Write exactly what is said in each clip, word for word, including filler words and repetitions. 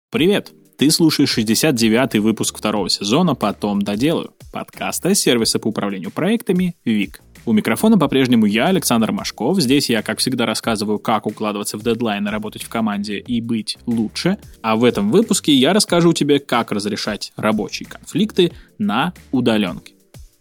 Привет! Ты слушаешь шестьдесят девятый выпуск второго сезона «Потом доделаю» подкаста сервиса по управлению проектами Вик. У микрофона по-прежнему я, Александр Машков. Здесь я, как всегда, рассказываю, как укладываться в дедлайны, работать в команде и быть лучше. А в этом выпуске я расскажу тебе, как разрешать рабочие конфликты на удаленке.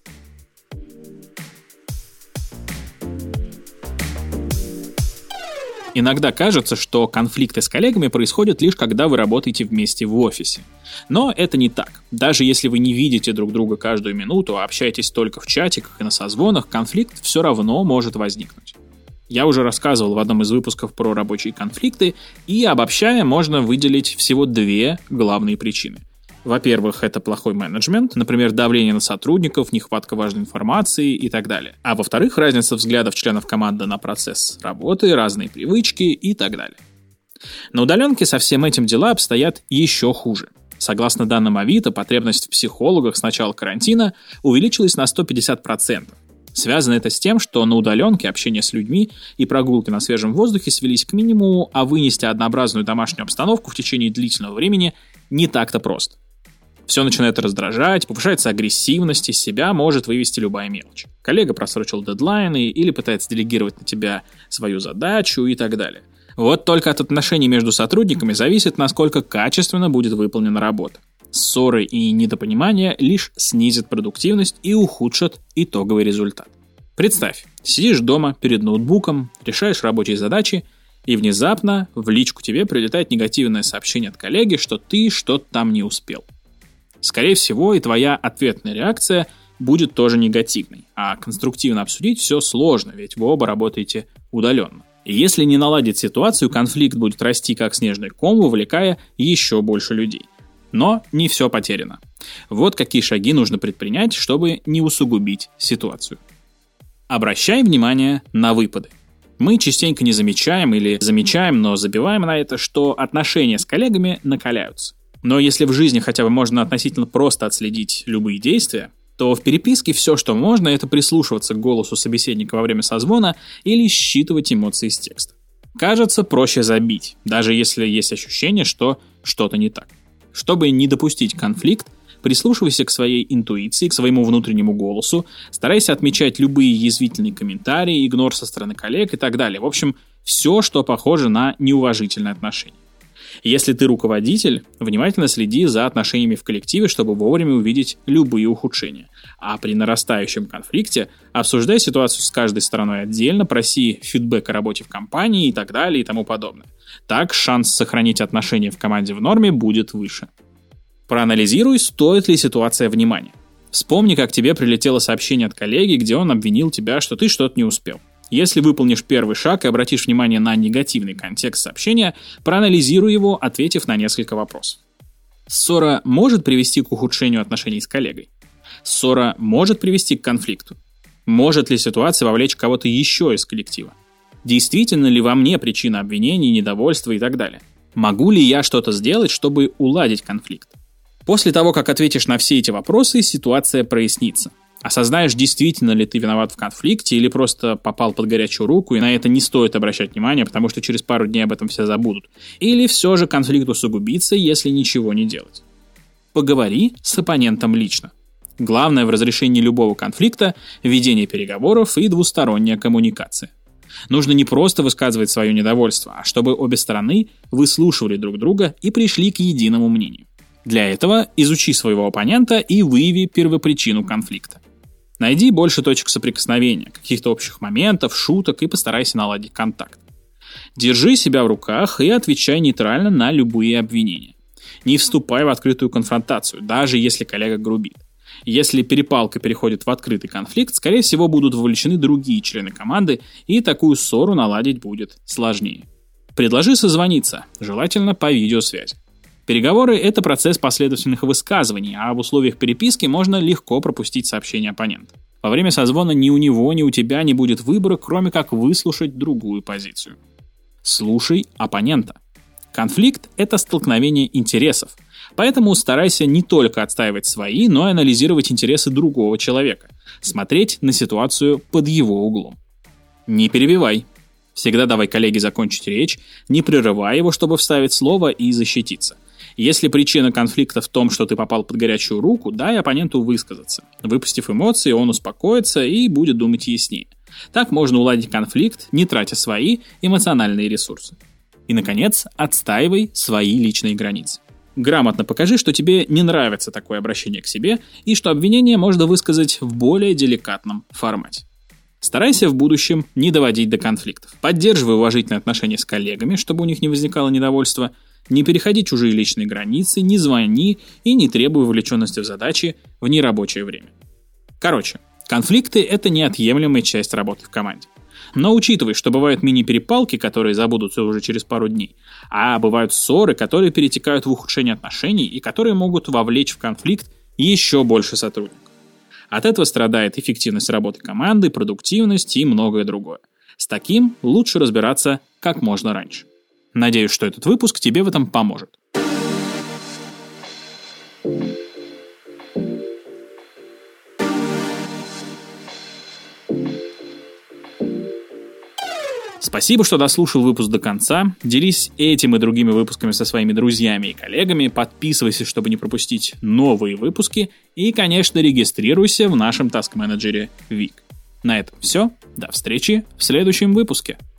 Иногда кажется, что конфликты с коллегами происходят лишь когда вы работаете вместе в офисе. Но это не так. Даже если вы не видите друг друга каждую минуту, а общаетесь только в чатиках и на созвонах, конфликт все равно может возникнуть. Я уже рассказывал в одном из выпусков про рабочие конфликты, и обобщая, можно выделить всего две главные причины. Во-первых, это плохой менеджмент, например, давление на сотрудников, нехватка важной информации и так далее. А во-вторых, разница взглядов членов команды на процесс работы, разные привычки и так далее. На удаленке со всем этим дела обстоят еще хуже. Согласно данным Авито, потребность в психологах с начала карантина увеличилась на сто пятьдесят процентов. Связано это с тем, что на удаленке общение с людьми и прогулки на свежем воздухе свелись к минимуму, а вынести однообразную домашнюю обстановку в течение длительного времени не так-то просто. Все начинает раздражать, повышается агрессивность, из себя может вывести любая мелочь. Коллега просрочил дедлайны или пытается делегировать на тебя свою задачу и так далее. Вот только от отношений между сотрудниками зависит, насколько качественно будет выполнена работа. Ссоры и недопонимания лишь снизят продуктивность и ухудшат итоговый результат. Представь, сидишь дома перед ноутбуком, решаешь рабочие задачи, и внезапно в личку тебе прилетает негативное сообщение от коллеги, что ты что-то там не успел. Скорее всего, и твоя ответная реакция будет тоже негативной, а конструктивно обсудить все сложно, ведь вы оба работаете удаленно. И если не наладить ситуацию, конфликт будет расти как снежный ком, вовлекая еще больше людей. Но не все потеряно. Вот какие шаги нужно предпринять, чтобы не усугубить ситуацию. Обращай внимание на выпады. Мы частенько не замечаем или замечаем, но забиваем на это, что отношения с коллегами накаляются. Но если в жизни хотя бы можно относительно просто отследить любые действия, то в переписке все, что можно, это прислушиваться к голосу собеседника во время созвона или считывать эмоции из текста. Кажется, проще забить, даже если есть ощущение, что что-то не так. Чтобы не допустить конфликт, прислушивайся к своей интуиции, к своему внутреннему голосу, старайся отмечать любые язвительные комментарии, игнор со стороны коллег и так далее. В общем, все, что похоже на неуважительное отношение. Если ты руководитель, внимательно следи за отношениями в коллективе, чтобы вовремя увидеть любые ухудшения. А при нарастающем конфликте обсуждай ситуацию с каждой стороной отдельно, проси фидбэк о работе в компании и так далее и тому подобное. Так шанс сохранить отношения в команде в норме будет выше. Проанализируй, стоит ли ситуация внимания. Вспомни, как тебе прилетело сообщение от коллеги, где он обвинил тебя, что ты что-то не успел. Если выполнишь первый шаг и обратишь внимание на негативный контекст сообщения, проанализируй его, ответив на несколько вопросов. Ссора может привести к ухудшению отношений с коллегой? Ссора может привести к конфликту? Может ли ситуация вовлечь кого-то еще из коллектива? Действительно ли во мне причина обвинений, недовольства и так далее? Могу ли я что-то сделать, чтобы уладить конфликт? После того, как ответишь на все эти вопросы, ситуация прояснится. Осознаешь, действительно ли ты виноват в конфликте или просто попал под горячую руку, и на это не стоит обращать внимание, потому что через пару дней об этом все забудут. Или все же конфликт усугубится, если ничего не делать. Поговори с оппонентом лично. Главное в разрешении любого конфликта – ведение переговоров и двусторонняя коммуникация. Нужно не просто высказывать свое недовольство, а чтобы обе стороны выслушивали друг друга и пришли к единому мнению. Для этого изучи своего оппонента и выяви первопричину конфликта. Найди больше точек соприкосновения, каких-то общих моментов, шуток и постарайся наладить контакт. Держи себя в руках и отвечай нейтрально на любые обвинения. Не вступай в открытую конфронтацию, даже если коллега грубит. Если перепалка переходит в открытый конфликт, скорее всего будут вовлечены другие члены команды, и такую ссору наладить будет сложнее. Предложи созвониться, желательно по видеосвязи. Переговоры – это процесс последовательных высказываний, а в условиях переписки можно легко пропустить сообщение оппонента. Во время созвона ни у него, ни у тебя не будет выбора, кроме как выслушать другую позицию. Слушай оппонента. Конфликт – это столкновение интересов, поэтому старайся не только отстаивать свои, но и анализировать интересы другого человека, смотреть на ситуацию под его углом. Не перебивай. Всегда давай коллеге закончить речь, не прерывай его, чтобы вставить слово и защититься. Если причина конфликта в том, что ты попал под горячую руку, дай оппоненту высказаться. Выпустив эмоции, он успокоится и будет думать яснее. Так можно уладить конфликт, не тратя свои эмоциональные ресурсы. И, наконец, отстаивай свои личные границы. Грамотно покажи, что тебе не нравится такое обращение к себе и что обвинение можно высказать в более деликатном формате. Старайся в будущем не доводить до конфликтов. Поддерживай уважительные отношения с коллегами, чтобы у них не возникало недовольства. Не переходи чужие личные границы, не звони и не требуй вовлеченности в задачи в нерабочее время. Короче, конфликты – это неотъемлемая часть работы в команде. Но учитывай, что бывают мини-перепалки, которые забудутся уже через пару дней, а бывают ссоры, которые перетекают в ухудшение отношений и которые могут вовлечь в конфликт еще больше сотрудников. От этого страдает эффективность работы команды, продуктивность и многое другое. С таким лучше разбираться как можно раньше. Надеюсь, что этот выпуск тебе в этом поможет. Спасибо, что дослушал выпуск до конца. Делись этим и другими выпусками со своими друзьями и коллегами. Подписывайся, чтобы не пропустить новые выпуски. И, конечно, регистрируйся в нашем таск-менеджере Вик. На этом все. До встречи в следующем выпуске.